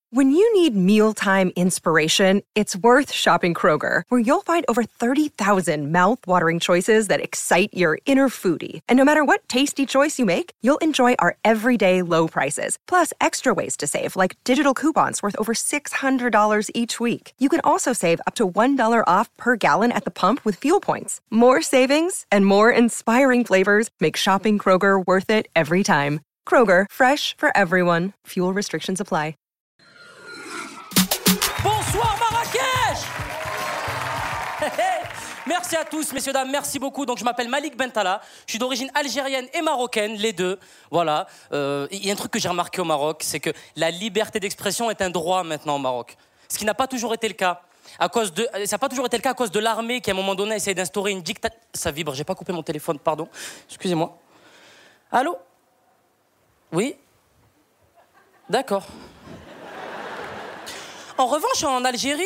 When you need mealtime inspiration, it's worth shopping Kroger, where you'll find over 30,000 mouth-watering choices that excite your inner foodie. And no matter what tasty choice you make, you'll enjoy our everyday low prices, plus extra ways to save, like digital coupons worth over $600 each week. You can also save up to $1 off per gallon at the pump with fuel points. More savings and more inspiring flavors make shopping Kroger worth it every time. Kroger, fresh for everyone. Fuel restrictions apply. Bonsoir Marrakech. Merci à tous, messieurs, dames, merci beaucoup. Donc, je m'appelle Malik Bentala, je suis d'origine algérienne et marocaine, les deux. Voilà. Il y a un truc que j'ai remarqué au Maroc, c'est que la liberté d'expression est un droit maintenant au Maroc. Ce qui n'a pas toujours été le cas. Ça n'a pas toujours été le cas à cause de l'armée qui, à un moment donné, a essayé d'instaurer une dictature. Ça vibre, j'ai pas coupé mon téléphone, pardon. Excusez-moi. Allô? Oui? D'accord. En revanche, en Algérie,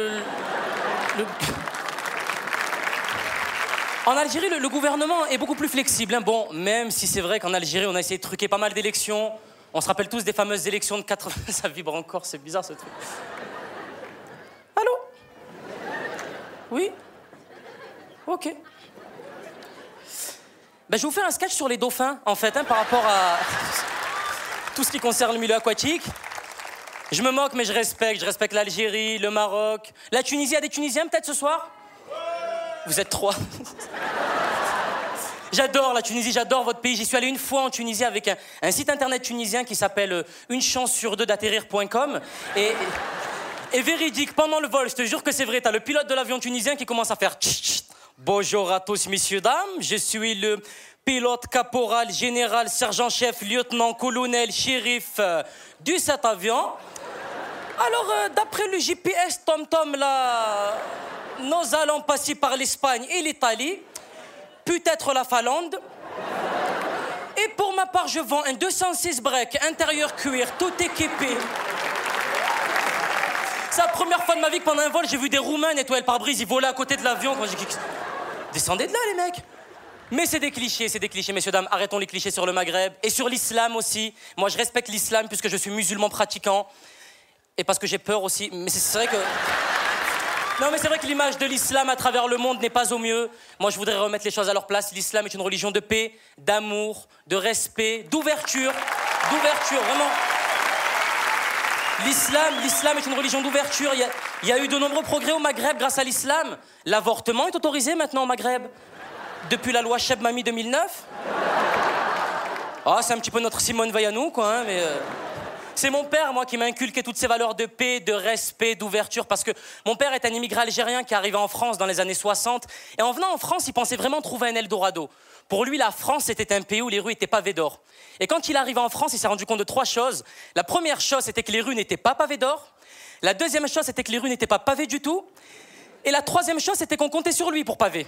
le gouvernement est beaucoup plus flexible. Hein. Bon, même si c'est vrai qu'en Algérie, on a essayé de truquer pas mal d'élections. On se rappelle tous des fameuses élections de 80... Ça vibre encore, c'est bizarre ce truc. Allô? Oui? Ok. Ben, je vais vous faire un sketch sur les dauphins, en fait, hein, par rapport à tout ce qui concerne le milieu aquatique. Je me moque, mais je respecte l'Algérie, le Maroc. La Tunisie, il y a des Tunisiens peut-être ce soir? Ouais. Vous êtes 3. J'adore la Tunisie, j'adore votre pays. J'y suis allé une fois en Tunisie avec un site internet tunisien qui s'appelle unechancesuredeux-d'atterrir.com. Et véridique, pendant le vol, je te jure que c'est vrai, t'as le pilote de l'avion tunisien qui commence à faire tch. Bonjour à tous, messieurs, dames. Je suis le pilote, caporal, général, sergent-chef, lieutenant, colonel, shérif du cet avion. Alors, d'après le GPS TomTom, là, nous allons passer par l'Espagne et l'Italie, peut-être la Finlande. Et pour ma part, je vends un 206 break, intérieur cuir, tout équipé. C'est la première fois de ma vie que pendant un vol, j'ai vu des Roumains nettoyer le pare-brise, ils volaient à côté de l'avion quand j'ai dit... Descendez de là, les mecs. Mais c'est des clichés, messieurs, dames. Arrêtons les clichés sur le Maghreb et sur l'islam aussi. Moi, je respecte l'islam puisque je suis musulman pratiquant. Et parce que j'ai peur aussi. Mais c'est vrai que... Non, mais c'est vrai que l'image de l'islam à travers le monde n'est pas au mieux. Moi, je voudrais remettre les choses à leur place. L'islam est une religion de paix, d'amour, de respect, d'ouverture. D'ouverture, vraiment. L'islam est une religion d'ouverture. Il y a eu de nombreux progrès au Maghreb grâce à l'islam. L'avortement est autorisé maintenant au Maghreb. Depuis la loi Cheb Mami 2009. Ah, c'est un petit peu notre Simone Veil à nous, quoi, hein, mais... C'est mon père, moi, qui m'a inculqué toutes ces valeurs de paix, de respect, d'ouverture, parce que mon père est un immigré algérien qui est arrivé en France dans les années 60. Et en venant en France, il pensait vraiment trouver un Eldorado. Pour lui, la France, c'était un pays où les rues étaient pavées d'or. Et quand il est arrivé en France, il s'est rendu compte de 3 choses. La première chose, c'était que les rues n'étaient pas pavées d'or. La deuxième chose, c'était que les rues n'étaient pas pavées du tout. Et la troisième chose, c'était qu'on comptait sur lui pour paver.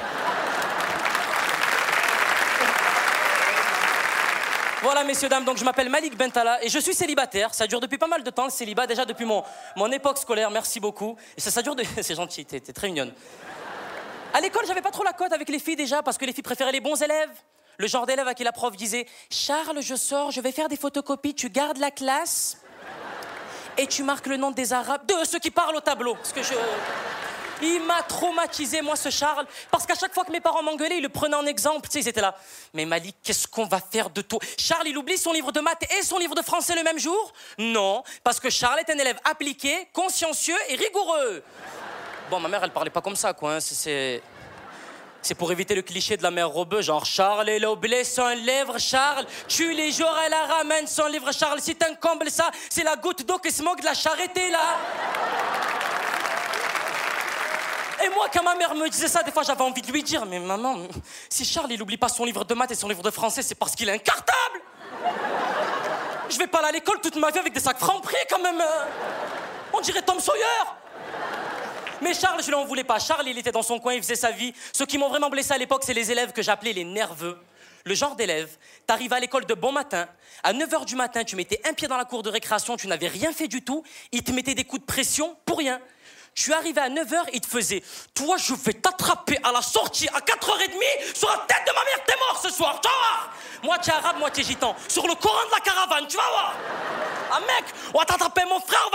Voilà, messieurs, dames, donc je m'appelle Malik Bentala et je suis célibataire. Ça dure depuis pas mal de temps, le célibat, déjà depuis mon époque scolaire, merci beaucoup. Et ça dure... C'est gentil, t'es très mignonne. À l'école, j'avais pas trop la cote avec les filles déjà, parce que les filles préféraient les bons élèves. Le genre d'élève à qui la prof disait « Charles, je sors, je vais faire des photocopies, tu gardes la classe et tu marques le nom des Arabes, de ceux qui parlent au tableau. » Parce que Il m'a traumatisé, moi, ce Charles, parce qu'à chaque fois que mes parents m'engueulaient, ils le prenaient en exemple. Tu sais, ils étaient là. Mais Malik, qu'est-ce qu'on va faire de toi? Charles, il oublie son livre de maths et son livre de français le même jour? Non, parce que Charles est un élève appliqué, consciencieux et rigoureux. Bon, ma mère, elle parlait pas comme ça, quoi. Hein. C'est pour éviter le cliché de la mère Robeux, genre Charles, elle a oublié son livre, Charles. Tu les jours, elle la ramène son livre, Charles. C'est un comble, ça. C'est la goutte d'eau qui se moque de la charité, là. Et moi, quand ma mère me disait ça, des fois, j'avais envie de lui dire « Mais maman, si Charles, il oublie pas son livre de maths et son livre de français, c'est parce qu'il est incartable. Je vais pas aller à l'école toute ma vie avec des sacs Franprix, quand même. On dirait Tom Sawyer. » Mais Charles, je lui en voulais pas. Charles, il était dans son coin, il faisait sa vie. Ceux qui m'ont vraiment blessé à l'époque, c'est les élèves que j'appelais les nerveux. Le genre d'élève, t'arrivais à l'école de bon matin, à 9h du matin, tu mettais un pied dans la cour de récréation, tu n'avais rien fait du tout, ils te mettaient des coups de pression pour rien. Tu arrivais à 9h, il te faisait « Toi, je vais t'attraper à la sortie à 4h30 sur la tête de ma mère, t'es mort ce soir, tu vas voir !» Moitié arabe, moitié gitan. Sur le Coran de la caravane, tu vas voir. Ah mec, on va t'attraper mon frère,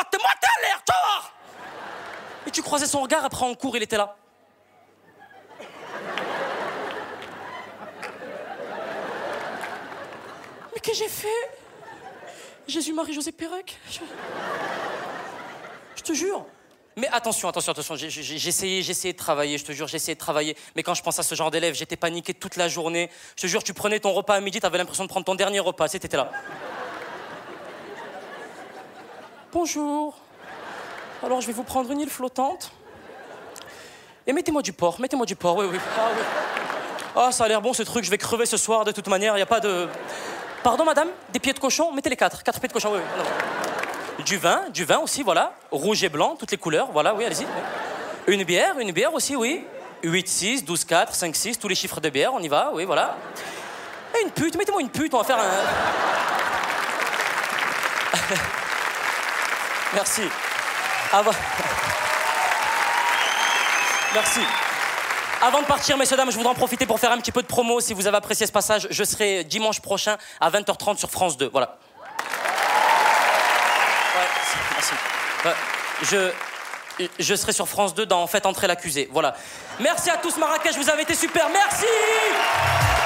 croisé son regard, après en cours, il était là. Mais qu'est-ce que j'ai fait? Jésus, Marie, José, Pérec. Je te jure. Mais attention, j'ai essayé de travailler, je te jure, j'ai essayé de travailler. Mais quand je pense à ce genre d'élève, j'étais paniqué toute la journée. Je te jure, tu prenais ton repas à midi, t'avais l'impression de prendre ton dernier repas, t'étais là. Bonjour. Alors, je vais vous prendre une île flottante. Et mettez-moi du porc, oui. Ah oui. Ah, ça a l'air bon ce truc, je vais crever ce soir de toute manière, il n'y a pas de... Pardon, madame, des pieds de cochon? Mettez les 4 pieds de cochon, oui. Non. Du vin aussi, voilà. Rouge et blanc, toutes les couleurs, voilà, oui, allez-y. Une bière aussi, oui. 8, 6, 12, 4, 5, 6, tous les chiffres de bière, on y va, oui, voilà. Et une pute, mettez-moi une pute, on va faire un... Merci. Merci. Avant de partir, messieurs, dames, je voudrais en profiter pour faire un petit peu de promo. Si vous avez apprécié ce passage, je serai dimanche prochain à 20h30 sur France 2, voilà. Merci. Je serai sur France 2 dans Faites entrer l'accusé. Voilà. Merci à tous, Marrakech, vous avez été super. Merci.